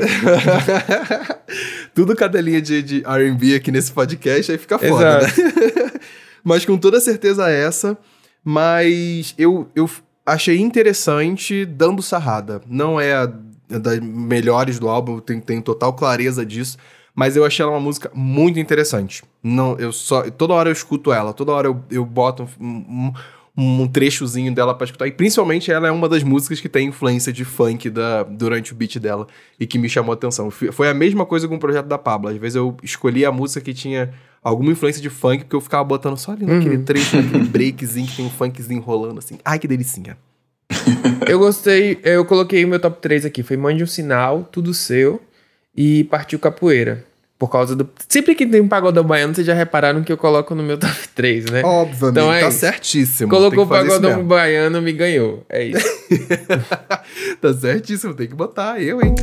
Tudo cadelinha de R&B aqui nesse podcast, aí fica foda, né? Mas com toda certeza essa. Mas eu achei interessante Dando Sarrada. Não é das melhores do álbum, tenho total clareza disso. Mas eu achei ela uma música muito interessante. Não, toda hora eu escuto ela, toda hora eu boto um trechozinho dela pra escutar. E principalmente ela é uma das músicas que tem influência de funk durante o beat dela e que me chamou a atenção. Foi a mesma coisa com o projeto da Pabllo. Às vezes eu escolhi a música que tinha alguma influência de funk, porque eu ficava botando só ali naquele trecho, naquele breakzinho que tem um funkzinho rolando assim. Ai, que delicinha. Eu gostei, eu coloquei o meu top 3 aqui. Foi Mande um Sinal, Tudo Seu e Partiu Capoeira. Por causa do... Sempre que tem um pagodão baiano, vocês já repararam que eu coloco no meu top 3, né? Óbvio, então amigo, tá certíssimo. Colocou o pagodão baiano, me ganhou. É isso. Tá certíssimo, tem que botar eu, hein?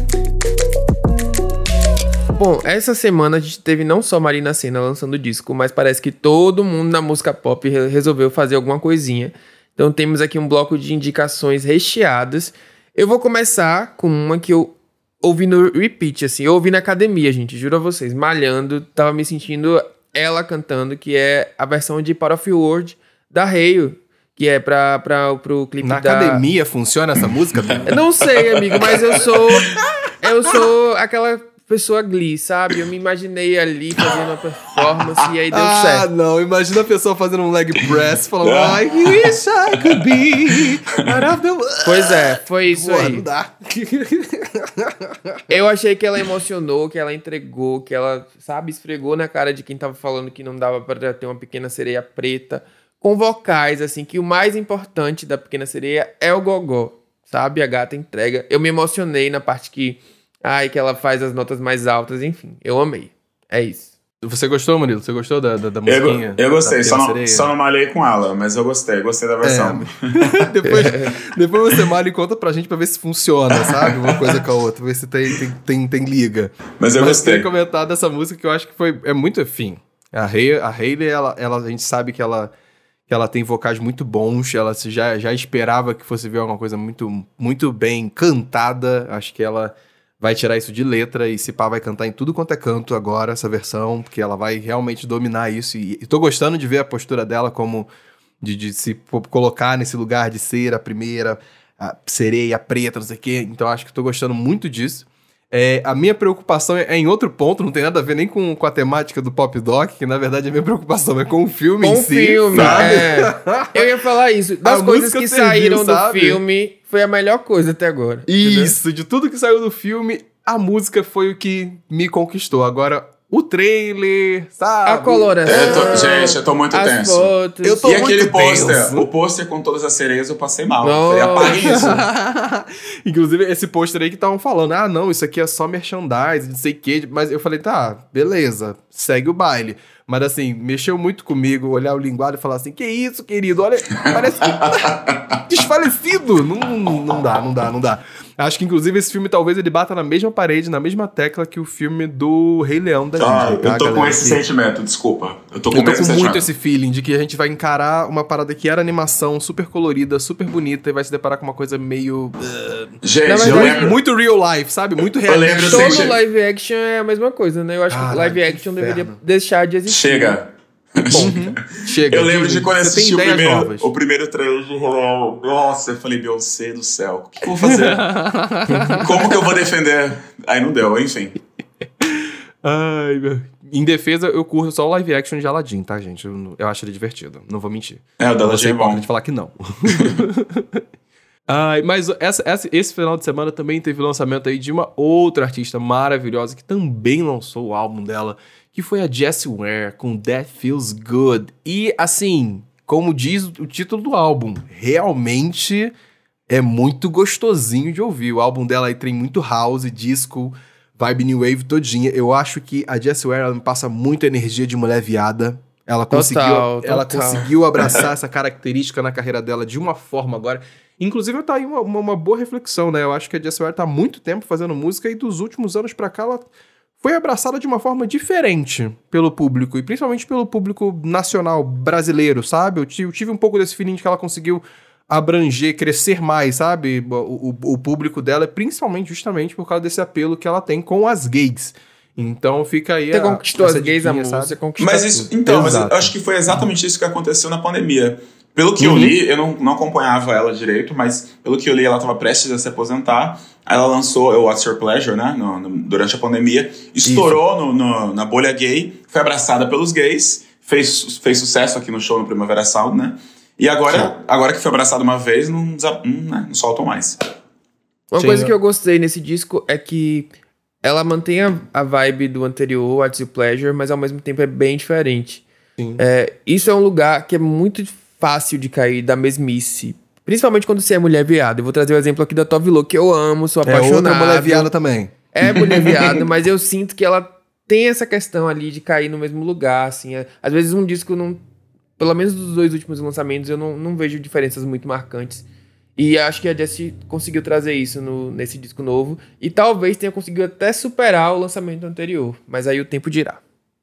Bom, essa semana a gente teve não só Marina Sena lançando disco, mas parece que todo mundo na música pop resolveu fazer alguma coisinha. Então temos aqui um bloco de indicações recheadas. Eu vou começar com uma que eu ouvi no repeat, assim. Eu ouvi na academia, gente, juro a vocês. Malhando, tava me sentindo ela cantando, que é a versão de Part of Your World da Hail, que é pro clipe na academia funciona essa música? Eu não sei, amigo, mas eu sou aquela pessoa Glee, sabe? Eu me imaginei ali fazendo uma performance e aí deu certo. Ah, não. Imagina a pessoa fazendo um leg press falando I wish I could be out of the world. Pois é, foi isso aí. Não dá. Eu achei que ela emocionou, que ela entregou, que ela, sabe, esfregou na cara de quem tava falando que não dava pra ter uma Pequena Sereia preta, com vocais, assim, que o mais importante da Pequena Sereia é o gogó, sabe? A gata entrega. Eu me emocionei na parte que ela faz as notas mais altas, enfim. Eu amei. É isso. Você gostou, Murilo? Você gostou da musiquinha? Eu gostei, só não malhei com ela, mas eu gostei da versão. Depois você malha e conta pra gente pra ver se funciona, sabe? Uma coisa com a outra, ver se tem liga. Mas eu gostei. Eu queria comentar dessa música que eu acho que é muito afim. A Hailey, ela, a gente sabe que ela tem vocais muito bons, ela já esperava que fosse ver alguma coisa muito, muito bem cantada. Acho que ela vai tirar isso de letra e se pá vai cantar em tudo quanto é canto agora, essa versão, porque ela vai realmente dominar isso. E tô gostando de ver a postura dela como de se colocar nesse lugar de ser a primeira a sereia preta, não sei o quê. Então acho que tô gostando muito disso. A minha preocupação é em outro ponto, não tem nada a ver nem com a temática do Pop Doc, que na verdade a minha preocupação é com o filme em si. Com o filme, Eu ia falar isso. Das coisas que saíram do filme, foi a melhor coisa até agora. Isso, entendeu? De tudo que saiu do filme, a música foi o que me conquistou. Agora, o trailer, sabe? A coloração. Gente, eu tô muito tenso. Fotos. Eu tô e muito aquele pôster, o pôster com todas as sereias, eu passei mal. Eu falei, apague isso. Inclusive, esse pôster aí que estavam falando, não, isso aqui é só merchandising, não sei o quê. Mas eu falei, tá, beleza, segue o baile. Mas assim, mexeu muito comigo, olhar o linguado e falar assim, que isso, querido, olha, parece que desfalecido. Não dá. Acho que, inclusive, esse filme talvez ele bata na mesma parede, na mesma tecla que o filme do Rei Leão da Disney. Eu tô com esse sentimento, desculpa. Eu tô com muito esse feeling de que a gente vai encarar uma parada que era animação super colorida, super bonita e vai se deparar com uma coisa meio... Gente, eu lembro... Muito real life, sabe? Muito realista. Todo live action é a mesma coisa, né? Eu acho que live action deveria deixar de existir. Chega. Chega. Eu lembro de quando eu assisti o primeiro trailer de Rei Leão. Nossa, eu falei, Beyoncé do céu, o que eu vou fazer? Como que eu vou defender? Aí não deu, enfim. Ai, meu... Em defesa, eu curto só o live action de Aladdin, tá, gente? Eu acho ele divertido, não vou mentir. O da Aladdin é bom. De falar que não. Mas esse final de semana também teve o lançamento aí de uma outra artista maravilhosa que também lançou o álbum dela, que foi a Jessie Ware, com That Feels Good. E, assim, como diz o título do álbum, realmente é muito gostosinho de ouvir. O álbum dela aí tem muito house, disco, Vibe New Wave todinha. Eu acho que a Jessie Ware, ela me passa muita energia de mulher viada. Ela conseguiu abraçar essa característica na carreira dela de uma forma agora. Inclusive, tá aí uma boa reflexão, né? Eu acho que a Jessie Ware tá há muito tempo fazendo música e dos últimos anos pra cá ela foi abraçada de uma forma diferente pelo público, e principalmente pelo público nacional brasileiro, sabe? Eu tive um pouco desse feeling de que ela conseguiu abranger, crescer mais, sabe? O público dela, principalmente justamente por causa desse apelo que ela tem com as gays. Então fica aí. Você conquistou as gays, amor, você conquistou. Mas isso, então, mas eu acho que foi exatamente isso que aconteceu na pandemia. Pelo que eu li, eu não acompanhava ela direito, mas pelo que eu li, ela estava prestes a se aposentar. Aí ela lançou o What's Your Pleasure, né? Durante a pandemia. Estourou na bolha gay, foi abraçada pelos gays, fez sucesso aqui no show no Primavera Sound, né? E agora que foi abraçada uma vez, não soltam mais. Uma coisa que eu gostei nesse disco é que ela mantém a vibe do anterior, What's Your Pleasure, mas ao mesmo tempo é bem diferente. Sim. Isso é um lugar que é muito fácil de cair da mesmice. Principalmente quando você é mulher viada. Eu vou trazer o exemplo aqui da Tove Lo, que eu amo, sou apaixonado. É outra mulher viada também. É mulher viada, mas eu sinto que ela tem essa questão ali de cair no mesmo lugar, assim. Às vezes um disco não... Pelo menos dos 2 últimos lançamentos, eu não vejo diferenças muito marcantes. E acho que a Jessie conseguiu trazer isso nesse disco novo. E talvez tenha conseguido até superar o lançamento anterior. Mas aí o tempo dirá.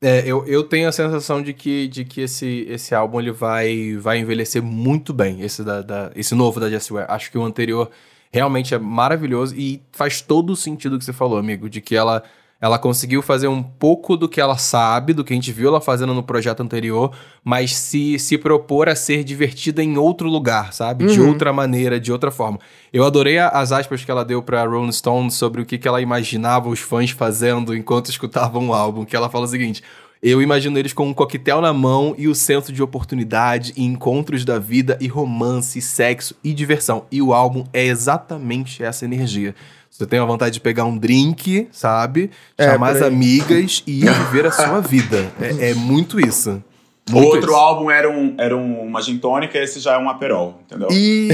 Eu tenho a sensação de que esse álbum ele vai envelhecer muito bem, esse novo da Jessie Ware. Acho que o anterior realmente é maravilhoso e faz todo o sentido que você falou, amigo, de que ela conseguiu fazer um pouco do que ela sabe, do que a gente viu ela fazendo no projeto anterior, mas se propor a ser divertida em outro lugar, sabe? De outra maneira, de outra forma. Eu adorei as aspas que ela deu pra Rolling Stone sobre o que ela imaginava os fãs fazendo enquanto escutavam o álbum, que ela fala o seguinte: eu imagino eles com um coquetel na mão e o senso de oportunidade e encontros da vida e romance, sexo e diversão. E o álbum é exatamente essa energia. Você tem a vontade de pegar um drink, sabe? Chamar as amigas e ir viver a sua vida. É muito isso. O outro álbum era uma gin tônica, esse já é um aperol, entendeu?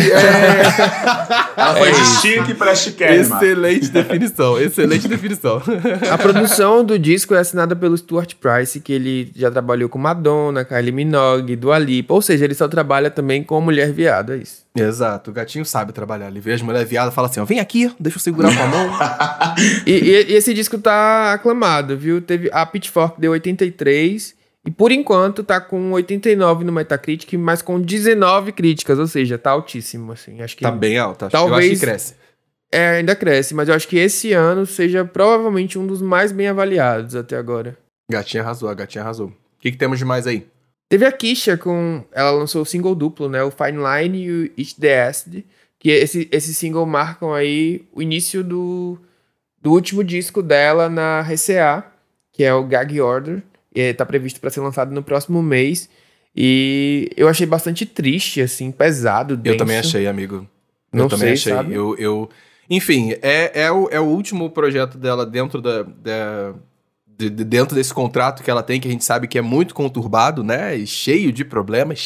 Ela foi de chique pra chiquérrima. Excelente definição. A produção do disco é assinada pelo Stuart Price, que ele já trabalhou com Madonna, Kylie Minogue, Dua Lipa. Ou seja, ele só trabalha também com a mulher viada, é isso. Exato, o gatinho sabe trabalhar. Ele vê as mulheres viadas e fala assim, ó, vem aqui, deixa eu segurar com a mão. e esse disco tá aclamado, viu? A Pitchfork deu 83... E por enquanto tá com 89 no Metacritic, mas com 19 críticas, ou seja, tá altíssimo, assim. Acho que tá bem alto, talvez, eu acho que cresce. Ainda cresce, mas eu acho que esse ano seja provavelmente um dos mais bem avaliados até agora. Gatinha arrasou. O que temos de mais aí? Teve a Kisha ela lançou o single duplo, né? O Fine Line e o It's the Acid, que esse single marcam aí o início do último disco dela na RCA, que é o Gag Order. Tá previsto para ser lançado no próximo mês. E eu achei bastante triste, assim, pesado, denso. Eu também achei, amigo. Eu também achei. Sabe? Enfim, é o último projeto dela dentro dentro desse contrato que ela tem, que a gente sabe que é muito conturbado, né? E cheio de problemas.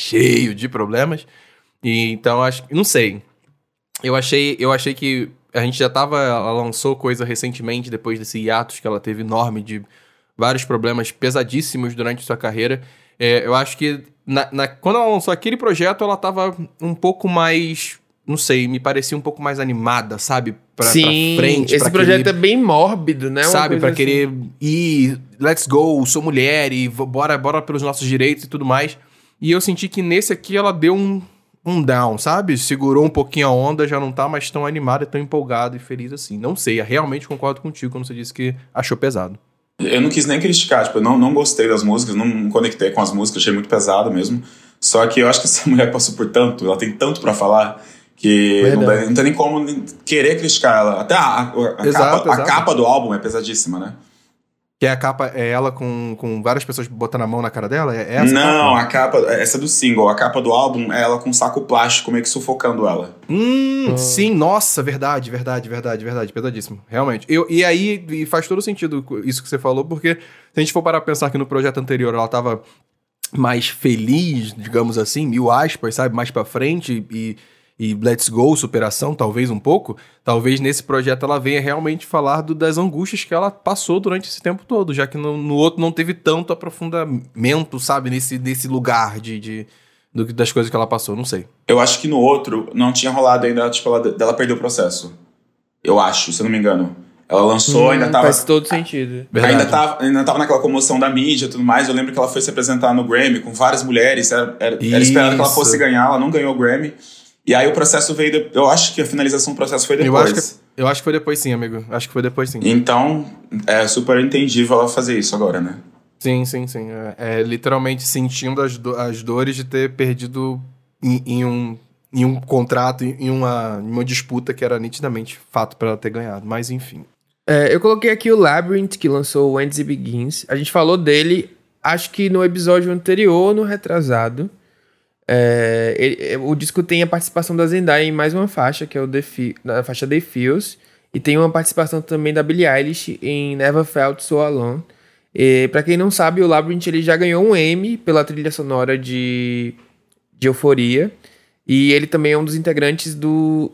E então, não sei. Eu achei que a gente ela lançou coisa recentemente, depois desse hiatus que ela teve enorme de vários problemas pesadíssimos durante sua carreira. Eu acho que quando ela lançou aquele projeto, ela tava um pouco mais... Não sei, me parecia um pouco mais animada, sabe? Pra frente. Esse projeto é bem mórbido, né? Sabe? Pra querer ir, let's go, sou mulher e bora pelos nossos direitos e tudo mais. E eu senti que nesse aqui ela deu um down, sabe? Segurou um pouquinho a onda, já não tá mais tão animada, tão empolgada e feliz assim. Não sei, eu realmente concordo contigo quando você disse que achou pesado. Eu não quis nem criticar, tipo, eu não gostei das músicas, não me conectei com as músicas, achei muito pesado mesmo. Só que eu acho que essa mulher passou por tanto, ela tem tanto pra falar, que não tem nem como querer criticar ela. Até a capa do álbum é pesadíssima, né? Que a capa é ela com várias pessoas botando a mão na cara dela? É essa não, a capa, essa é do single. A capa do álbum é ela com um saco plástico meio que sufocando ela. Sim, nossa, verdade, pesadíssimo, realmente. E aí faz todo sentido isso que você falou, porque se a gente for parar pra pensar que no projeto anterior ela tava mais feliz, digamos assim, 1000 aspas, sabe, mais pra frente, e Let's Go, superação, talvez um pouco, talvez nesse projeto ela venha realmente falar das angústias que ela passou durante esse tempo todo, já que no outro não teve tanto aprofundamento, sabe, nesse lugar das coisas que ela passou, não sei. Eu acho que no outro não tinha rolado ainda, tipo, dela perder o processo. Eu acho, se eu não me engano. Ela lançou, ainda tava... Faz todo sentido. Ainda tava naquela comoção da mídia e tudo mais. Eu lembro que ela foi se apresentar no Grammy com várias mulheres. Era esperado que ela fosse ganhar, ela não ganhou o Grammy. E aí o processo veio... Eu acho que a finalização do processo foi depois. Eu acho que foi depois sim, amigo. Acho que foi depois sim. Então, é super entendível ela fazer isso agora, né? Sim. É literalmente sentindo as dores de ter perdido em um contrato, em uma disputa que era nitidamente fato pra ela ter ganhado. Mas enfim. Eu coloquei aqui o Labyrinth, que lançou o When It Begins. A gente falou dele, acho que no episódio anterior, no retrasado. O disco tem a participação da Zendaya em mais uma faixa, que é na faixa The Feels. E tem uma participação também da Billie Eilish em Never Felt So Alone. Pra quem não sabe, o Labyrinth ele já ganhou um Emmy pela trilha sonora de Euphoria. E ele também é um dos integrantes do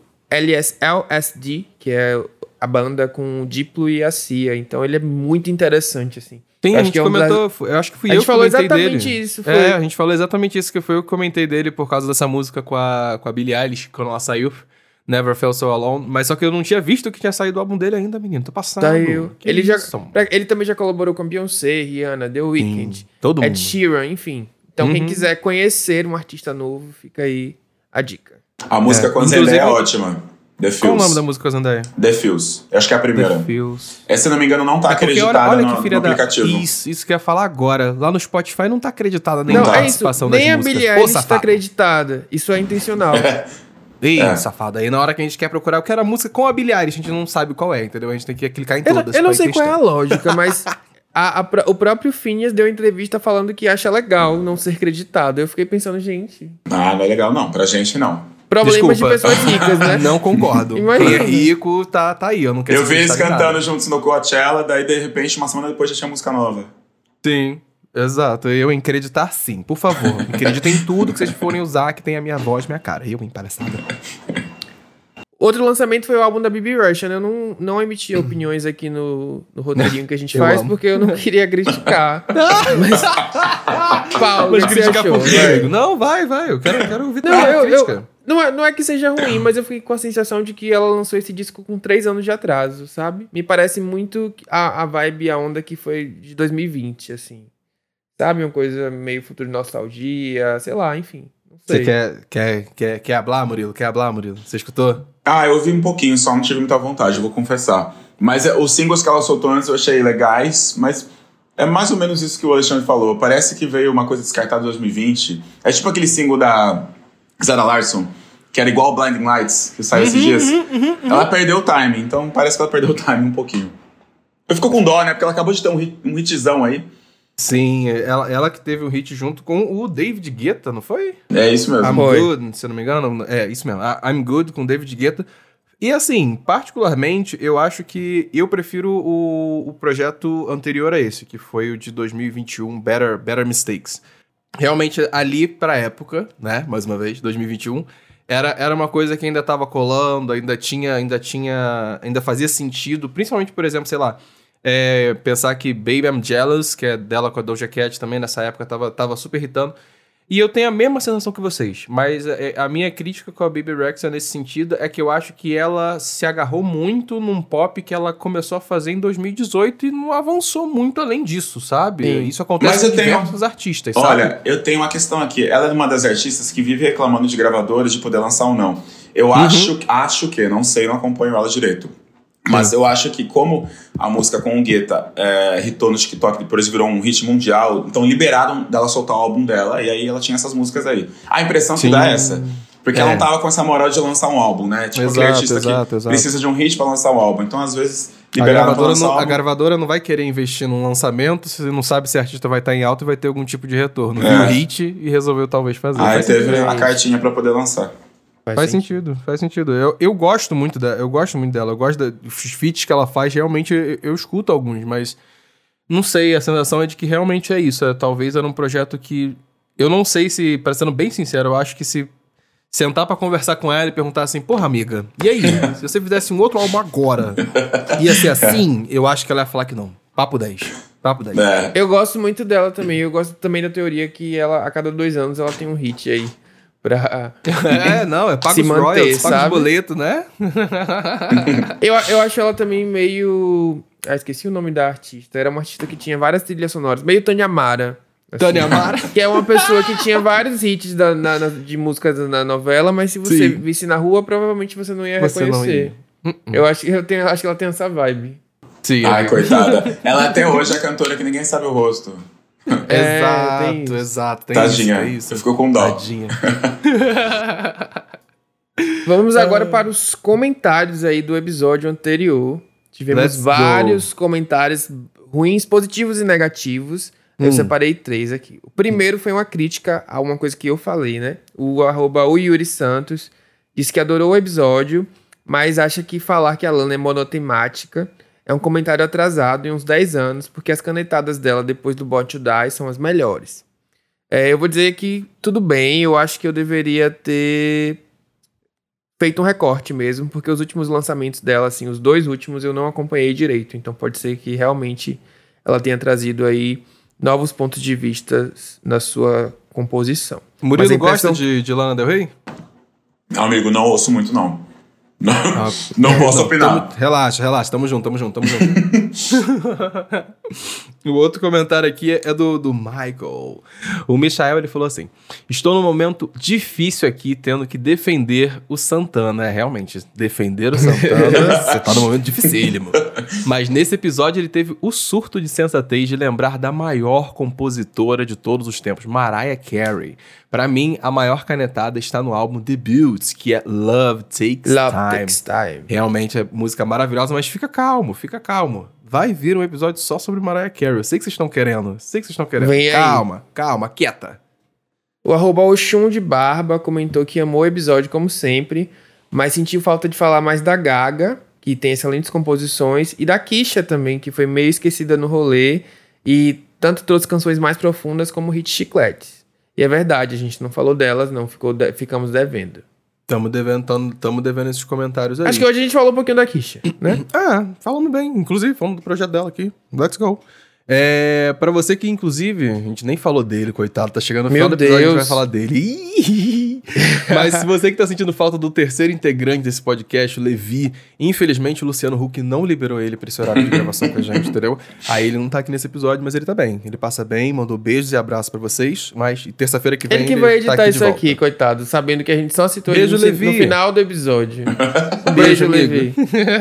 LSD, que é a banda com o Diplo e a Cia. Então ele é muito interessante, assim. Sim, a gente comentou, eu acho que fui eu que comentei dele. A gente falou exatamente isso. A gente falou exatamente isso, que foi eu que comentei dele por causa dessa música com a Billie Eilish, quando ela saiu, Never Felt So Alone, mas só que eu não tinha visto que tinha saído o álbum dele ainda, menino, tô passando. Saiu. Ele também já colaborou com Beyoncé, Rihanna, The Weeknd, todo mundo. Ed Sheeran, enfim. Então quem quiser conhecer um artista novo, fica aí a dica. A música com a Zendaya é ótima. The Feels. Qual o nome da música com a Zendaya? The Feels. Eu acho que é a primeira. The Feels. Se não me engano, não tá acreditada no aplicativo. Isso que eu ia falar agora. Lá no Spotify não tá acreditada nenhuma participação das músicas. Nem a Billie Eilish tá acreditada. Isso é intencional. Safado. Aí na hora que a gente quer procurar, eu quero a música com a Billie Eilish, a gente não sabe qual é, entendeu? A gente tem que clicar em todas. Eu não sei qual é a lógica, mas o próprio Phineas deu entrevista falando que acha legal não ser acreditado. Eu fiquei pensando, gente... Não é legal não. Pra gente, não. Problemas de pessoas ricas, né? Não concordo. Quem é rico tá aí. Eu não quero. Eu vi eles cantando juntos no Coachella, daí de repente, uma semana depois já tinha música nova. Sim, exato. Eu em acreditar sim, por favor. Acreditem em tudo que vocês forem usar, que tem a minha voz, minha cara. Eu, palhaçada. Outro lançamento foi o álbum da Bibi Russian. Eu não emiti opiniões aqui no roteirinho que a gente faz, porque eu não queria criticar. Mas, Paulo, o que você achou? Não, vai. Eu quero ouvir a crítica. Não é que seja ruim, mas eu fiquei com a sensação de que ela lançou esse disco com 3 anos de atraso, sabe? Me parece muito a vibe, a onda que foi de 2020, assim. Sabe? Uma coisa meio futuro de nostalgia, sei lá, enfim. Não sei. Você quer hablar, Murilo? Você escutou? Eu ouvi um pouquinho, só não tive muita vontade, eu vou confessar. Mas os singles que ela soltou antes eu achei legais, mas é mais ou menos isso que o Alexandre falou. Parece que veio uma coisa descartada em 2020. É tipo aquele single da Zara Larsson, que era igual Blinding Lights, que saiu esses dias. Ela perdeu o time, então parece que ela perdeu o time um pouquinho. Eu fico com dó, né? Porque ela acabou de ter um hitzão aí. Sim, ela que teve um hit junto com o David Guetta, não foi? É isso mesmo. I'm Good, se eu não me engano. É isso mesmo. I'm Good com o David Guetta. E assim, particularmente, eu acho que eu prefiro o projeto anterior a esse, que foi o de 2021, Better Mistakes. Realmente, ali pra época, né, mais uma vez, 2021, era uma coisa que ainda tava colando, ainda fazia sentido, principalmente, por exemplo, sei lá, pensar que Baby I'm Jealous, que é dela com a Doja Cat também, nessa época, tava super irritando. E eu tenho a mesma sensação que vocês, mas a minha crítica com a Bibi Rexha nesse sentido é que eu acho que ela se agarrou muito num pop que ela começou a fazer em 2018 e não avançou muito além disso, sabe? Sim. Isso acontece com diversos artistas, sabe? Olha, eu tenho uma questão aqui. Ela é uma das artistas que vive reclamando de gravadoras de poder lançar ou não. Eu acho que, não sei, não acompanho ela direito. Mas eu acho que como a música com o Guetta hitou no TikTok, depois virou um hit mundial, então liberaram dela soltar o álbum dela, e aí ela tinha essas músicas aí. A impressão que dá é essa. Porque ela não tava com essa moral de lançar um álbum, né? Tipo, aquele artista que precisa de um hit pra lançar um álbum. Então, às vezes, liberaram pra lançar um álbum. A gravadora não vai querer investir num lançamento se não sabe se o artista vai estar em alta e vai ter algum tipo de retorno. Viu o hit e resolveu talvez fazer. Aí teve a cartinha pra poder lançar. Faz sentido. Eu gosto muito dela. Eu gosto dos feats que ela faz. Realmente, eu escuto alguns, mas não sei, a sensação é de que realmente é isso. Talvez era um projeto que... Eu não sei se, para sendo bem sincero, eu acho que se sentar pra conversar com ela e perguntar assim, porra, amiga, e aí? Se você fizesse um outro álbum agora, ia ser assim? Eu acho que ela ia falar que não. Papo 10. Papo 10. Eu gosto muito dela também. Eu gosto também da teoria que ela, a cada 2 anos, ela tem um hit aí. Paga se os manter, royalties, paga os sabe? boletos, né? Eu acho ela também meio... esqueci o nome da artista. Era uma artista que tinha várias trilhas sonoras. Meio Tânia Mara. Assim, Tânia Mara? Que é uma pessoa que tinha vários hits de músicas na novela, mas se você visse na rua, provavelmente você não ia reconhecer. Eu acho que ela tem essa vibe. Sim. Ai, coitada. Ela até hoje é cantora que ninguém sabe o rosto. Exato. Tem Tadinha. isso. Você ficou com dó. Tadinha. Vamos agora para os comentários aí do episódio anterior. Tivemos vários comentários ruins, positivos e negativos. Eu separei 3 aqui. O primeiro foi uma crítica a uma coisa que eu falei, né? O Yuri Santos disse que adorou o episódio, mas acha que falar que a Lana é monotemática é um comentário atrasado em uns 10 anos, porque as canetadas dela depois do Born to Die são as melhores. Eu vou dizer que tudo bem, eu acho que eu deveria ter feito um recorte mesmo, porque os últimos lançamentos dela, assim, os 2 últimos eu não acompanhei direito, então pode ser que realmente ela tenha trazido aí novos pontos de vista na sua composição. Murilo gosta de Lana Del Rey? Não, amigo, não ouço muito, não. Não posso opinar. Relaxa, tamo junto. O outro comentário aqui é do Michael. O Michael, ele falou assim: estou num momento difícil aqui, tendo que defender o Santana. Realmente, defender o Santana, você tá num momento dificílimo. Mas nesse episódio ele teve o surto de sensatez de lembrar da maior compositora de todos os tempos, Mariah Carey. Pra mim, a maior canetada está no álbum Debut, que é Love Takes Time. Realmente é música maravilhosa, mas fica calmo. Vai vir um episódio só sobre Mariah Carey. Eu sei que vocês estão querendo. Vem Calma, quieta. O @Oxum de Barba comentou que amou o episódio como sempre, mas sentiu falta de falar mais da Gaga, que tem excelentes composições, e da Kisha também, que foi meio esquecida no rolê, e tanto trouxe canções mais profundas como Hit Chicletes. E é verdade, a gente não falou delas, não, ficamos devendo. Tamo devendo esses comentários aí. Acho que hoje a gente falou um pouquinho da Kisha, né? Falando bem. Inclusive, falando do projeto dela aqui. Let's go. Pra você que, inclusive, a gente nem falou dele, coitado. Tá chegando no final do episódio, a gente vai falar dele. Mas se você que tá sentindo falta do terceiro integrante desse podcast, o Levi, infelizmente o Luciano Huck não liberou ele pra esse horário de gravação com a gente, entendeu? Aí ele não tá aqui nesse episódio, mas ele tá bem. Ele passa bem, mandou beijos e abraços pra vocês. Mas terça-feira que vem ele que vai editar tá aqui isso aqui, coitado. Sabendo que a gente só citou beijo, ele no final do episódio. Beijo, Levi.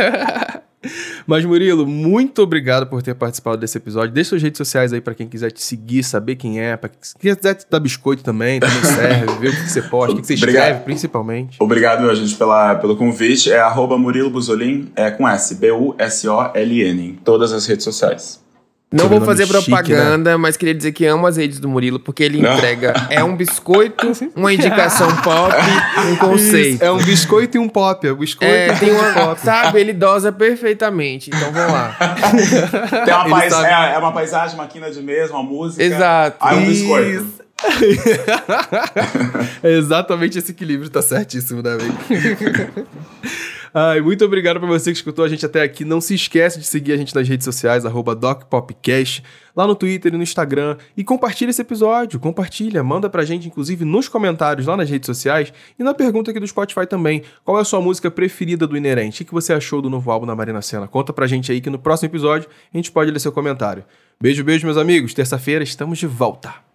Mas, Murilo, muito obrigado por ter participado desse episódio. Deixa suas redes sociais aí pra quem quiser te seguir, saber quem é. Pra quem quiser te dar biscoito também serve. Ver o que você posta, o que você escreve, principalmente. Obrigado, gente, pelo convite. É @Murilo Busolin, com S, BUSOLN, em todas as redes sociais. Não vou fazer propaganda, né? Mas queria dizer que amo as redes do Murilo, porque ele entrega um biscoito, uma indicação pop, um conceito. Isso, é um biscoito e um pop. Tem uma, sabe, ele dosa perfeitamente. Então vamos lá. É uma paisagem, uma quina de mesa, uma música. Exato. Aí um biscoito. É exatamente esse equilíbrio, tá certíssimo, né, amigo? Muito obrigado pra você que escutou a gente até aqui. Não se esquece de seguir a gente nas redes sociais, @DocPopcast, lá no Twitter e no Instagram. E compartilha esse episódio, manda pra gente, inclusive, nos comentários lá nas redes sociais e na pergunta aqui do Spotify também. Qual é a sua música preferida do Inerente? O que você achou do novo álbum da Marina Sena? Conta pra gente aí que no próximo episódio a gente pode ler seu comentário. Beijo, meus amigos. Terça-feira estamos de volta.